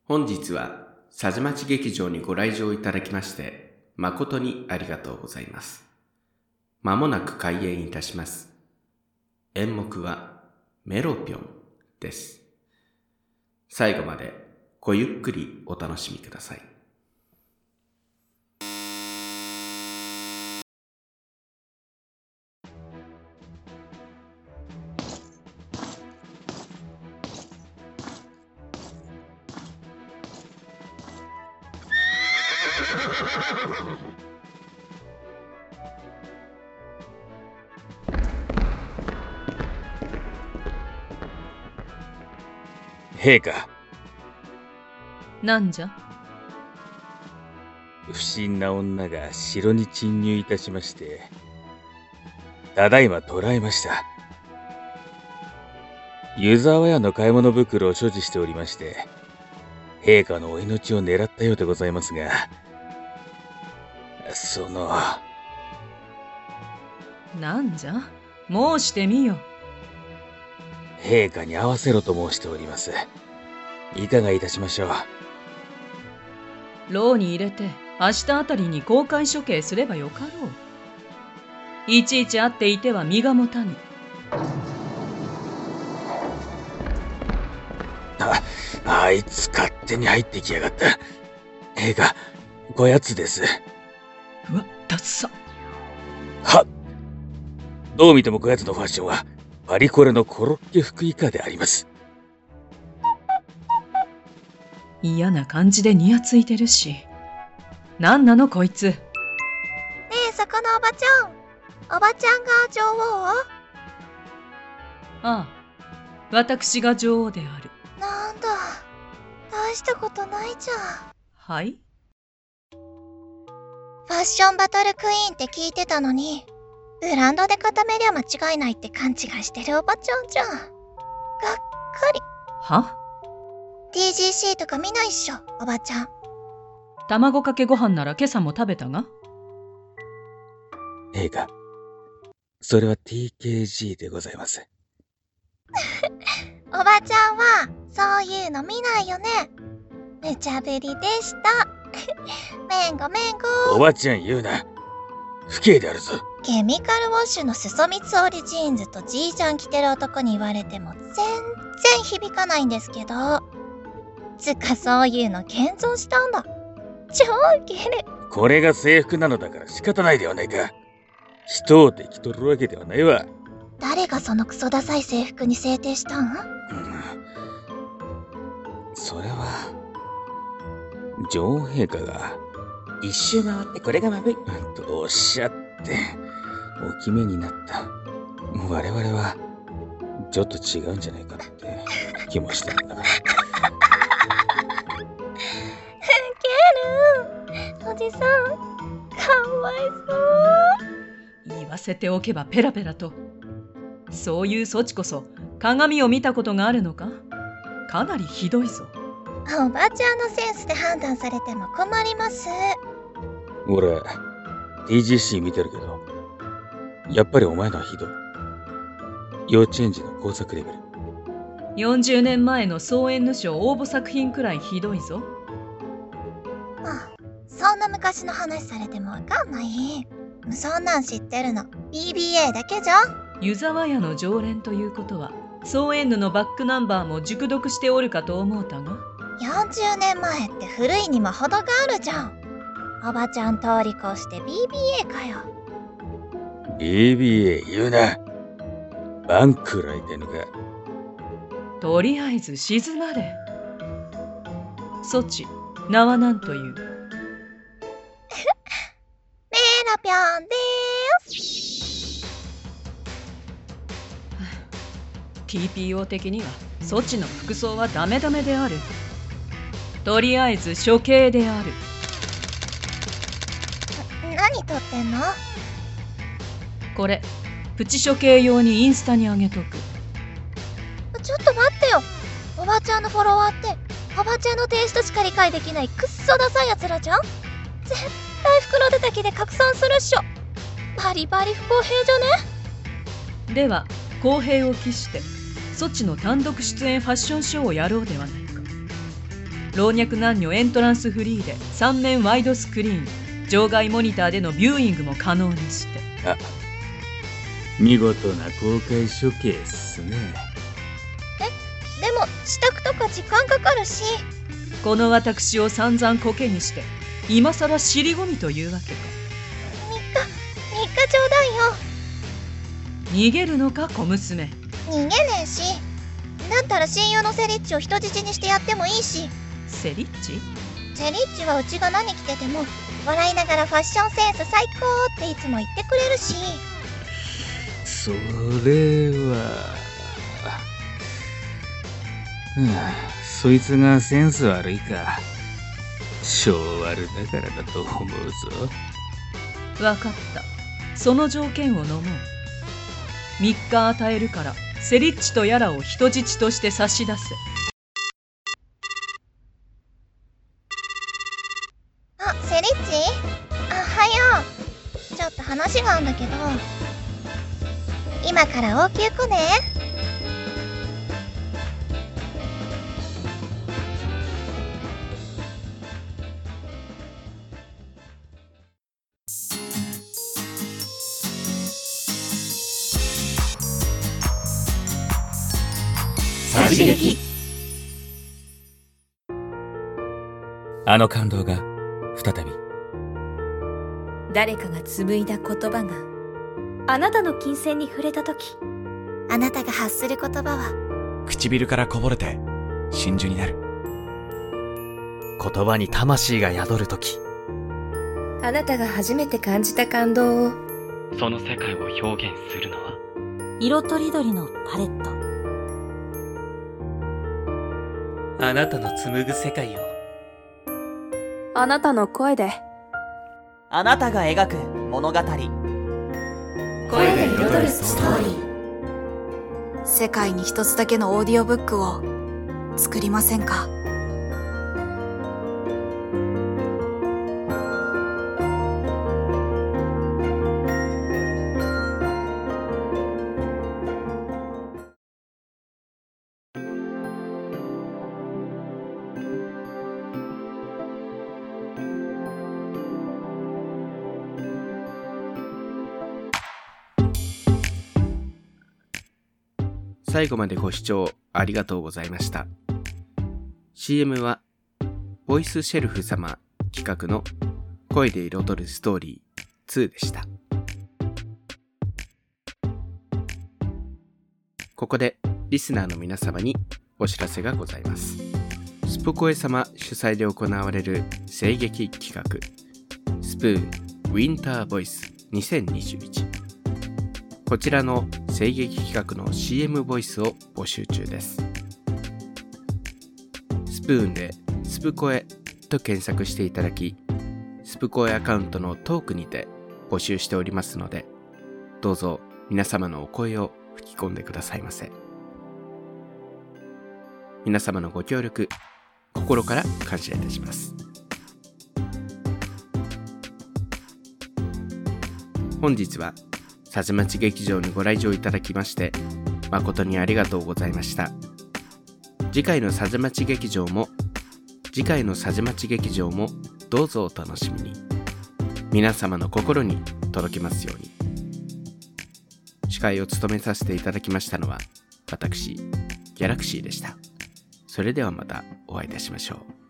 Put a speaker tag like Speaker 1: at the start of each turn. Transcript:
Speaker 1: 本日は佐治町劇場にご来場いただきまして誠にありがとうございます。まもなく開演いたします。演目はメロピョンです。最後までごゆっくりお楽しみください。
Speaker 2: 陛下。
Speaker 3: なんじゃ？
Speaker 2: 不審な女が城に侵入いたしまして、ただいま捕らえました。湯沢屋の買い物袋を所持しておりまして、陛下のお命を狙ったようでございますが、
Speaker 3: なんじゃ？申してみよ。
Speaker 2: 陛下に会わせろと申しております。いかがいたしましょう。
Speaker 3: 牢に入れて明日あたりに公開処刑すればよかろう。いちいち会っていては身がもたぬ。
Speaker 2: あいつ勝手に入ってきやがった。陛下、こやつです。
Speaker 3: うわ、ダッサ。
Speaker 2: はっ。どう見てもこやつのファッションはパリコレのコロッケ服以下であります。
Speaker 3: 嫌な感じでニヤついてるし。なんなのこいつ。
Speaker 4: ねえ、そこのおばちゃん。おばちゃんが女王？
Speaker 3: ああ、私が女王である。
Speaker 4: なんだ、大したことないじゃん。
Speaker 3: はい？
Speaker 4: ファッションバトルクイーンって聞いてたのに、ブランドで固めりゃ間違いないって勘違いしてるおばちゃんじゃん。がっかり。
Speaker 3: は？
Speaker 4: TGC とか見ないっしょ、おばちゃん。
Speaker 3: 卵かけご飯なら今朝も食べたが？
Speaker 2: 陛下、それは TKG でございます。
Speaker 4: おばちゃんはそういうの見ないよね。無茶ぶりでした。めんごめんご。
Speaker 2: おばちゃん言うな。不敬であるぞ。
Speaker 4: ケミカルウォッシュの裾蜜織ジーンズとジージャン着てる男に言われても全然響かないんですけど。つかそういうの現像したんだ。超ウケる。
Speaker 2: これが制服なのだから仕方ないではないか。人を敵き取るわけではないわ。
Speaker 4: 誰がそのクソダサい制服に制定したん？
Speaker 2: それは女王陛下が一周回ってこれがまぶいとおっしゃってお決めになった。我々はちょっと違うんじゃないかなって気もしてるんだから。
Speaker 4: ウケる。おじさんかわいそう。
Speaker 3: 言わせておけばペラペラと。そういうそちこそ鏡を見たことがあるのか？かなりひどいぞ。
Speaker 4: おばちゃんのセンスで判断されても困ります。
Speaker 2: 俺 TGC 見てるけど、やっぱりお前のはひどい。幼稚園児の工作レベル。
Speaker 3: 40年前の総演の賞応募作品くらいひどいぞ。
Speaker 4: あ、そんな昔の話されてもわかんない。そんなん知ってるの BBA だけじゃん。
Speaker 3: 湯沢屋の常連ということは総演のバックナンバーも熟読しておるかと思うたが。
Speaker 4: 40年前って古いにも程があるじゃん。おばちゃん通り越して BBA かよ。
Speaker 2: BBA 言うな。バンクらいてんのか。
Speaker 3: とりあえず静まれ。そち名は何という？
Speaker 4: メラピョンでーす。
Speaker 3: TPO 的にはそちの服装はダメダメである。とりあえず処刑である。
Speaker 4: 何撮ってんの？
Speaker 3: これプチ処刑用にインスタに上げとく。
Speaker 4: ちょっと待ってよ。おばちゃんのフォロワーっておばちゃんのテイストしか理解できないくっそダサいやつらじゃん。絶対袋出た気で拡散するっしょ。バリバリ不公平じゃね？
Speaker 3: では公平を期してそちの単独出演ファッションショーをやろうではないか。 老若男女エントランスフリーで3面ワイドスクリーン、場外モニターでのビューイングも可能にして。
Speaker 2: あ、見事な公開処刑っすね。
Speaker 4: でも支度とか時間かかるし。
Speaker 3: この私を散々コケにして今さら尻込みというわけか。
Speaker 4: 3日ちょうだいよ。
Speaker 3: 逃げるのか小娘。
Speaker 4: 逃げねえし、だったら親友のセリッチを人質にしてやってもいいし。
Speaker 3: セリッチ？
Speaker 4: セリッチはうちが何着てても笑いながらファッションセンス最高っていつも言ってくれるし。
Speaker 2: それはそいつがセンス悪いか、性悪だからだと思うぞ。
Speaker 3: わかった。その条件を飲もう。3日与えるからセリッチとヤラを人質として差し出せ。
Speaker 4: あ、セリッチ？あ、はよう。ちょっと話があんだけど、今から王宮来ね。
Speaker 2: あの感動が再び。
Speaker 5: 誰かが紡いだ言葉があなたの琴線に触れたとき、
Speaker 4: あなたが発する言葉は
Speaker 6: 唇からこぼれて真珠になる。言葉に魂が宿るとき、
Speaker 5: あなたが初めて感じた感動を、
Speaker 7: その世界を表現するのは
Speaker 8: 色とりどりのパレット。
Speaker 9: あなたの紡ぐ世界を、
Speaker 5: あなたの声で、
Speaker 9: あなたが描く物語。
Speaker 5: 声で彩るストーリー。
Speaker 10: 世界に一つだけのオーディオブックを作りませんか？
Speaker 1: 最後までご視聴ありがとうございました。CM はボイスシェルフ様企画の声で彩るストーリー2でした。ここでリスナーの皆様にお知らせがございます。スプコエ様主催で行われる声劇企画スプーンウィンターボイス2021、こちらの声劇企画の CM ボイスを募集中です。スプーンでスプコエと検索していただき、スプコエアカウントのトークにて募集しておりますので、どうぞ皆様のお声を吹き込んでくださいませ。皆様のご協力、心から感謝いたします。本日はさずまち劇場にご来場いただきまして誠にありがとうございました。次回のさずまち劇場もどうぞお楽しみに。皆様の心に届きますように。司会を務めさせていただきましたのは私ギャラクシーでした。それではまたお会いいたしましょう。